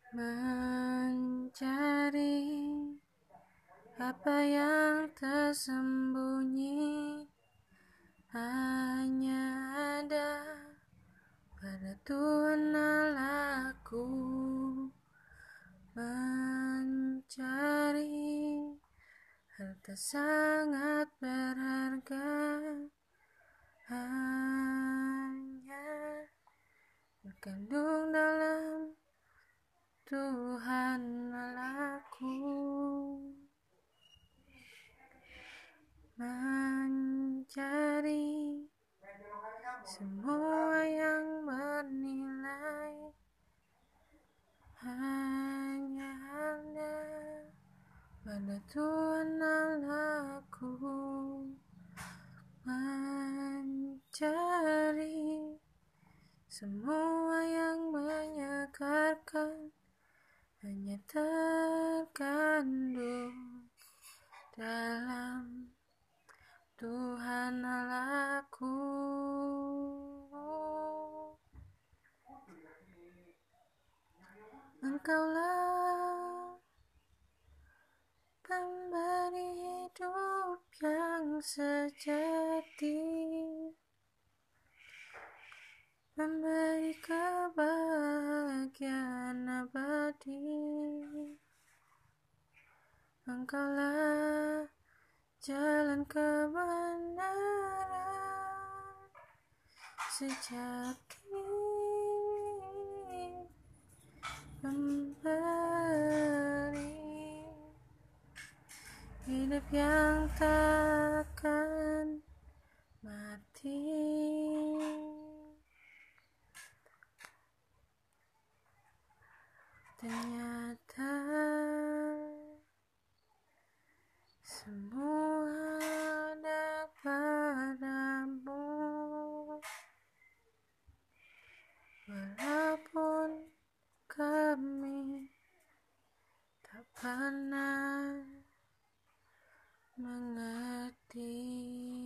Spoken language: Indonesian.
Mencari apa yang tersembunyi hanya ada pada Tuhan Allahku. Mencari harta sangat berharga hanya terkandung dalam Tuhan Allahku. Mencari semua yang bernilai hanya ada pada Tuhan Allahku. Mencari semua yang menyegarkan hanya terkandung dalam Tuhan Allahku. Engkaulah pemberi hidup yang sejati, memberi kebahagiaan abadi. Engkaulah jalan kebenaran sejati, memberi hidup yang takkan mati. Ternyata semua ada padamu, walaupun kami tak pernah mengerti.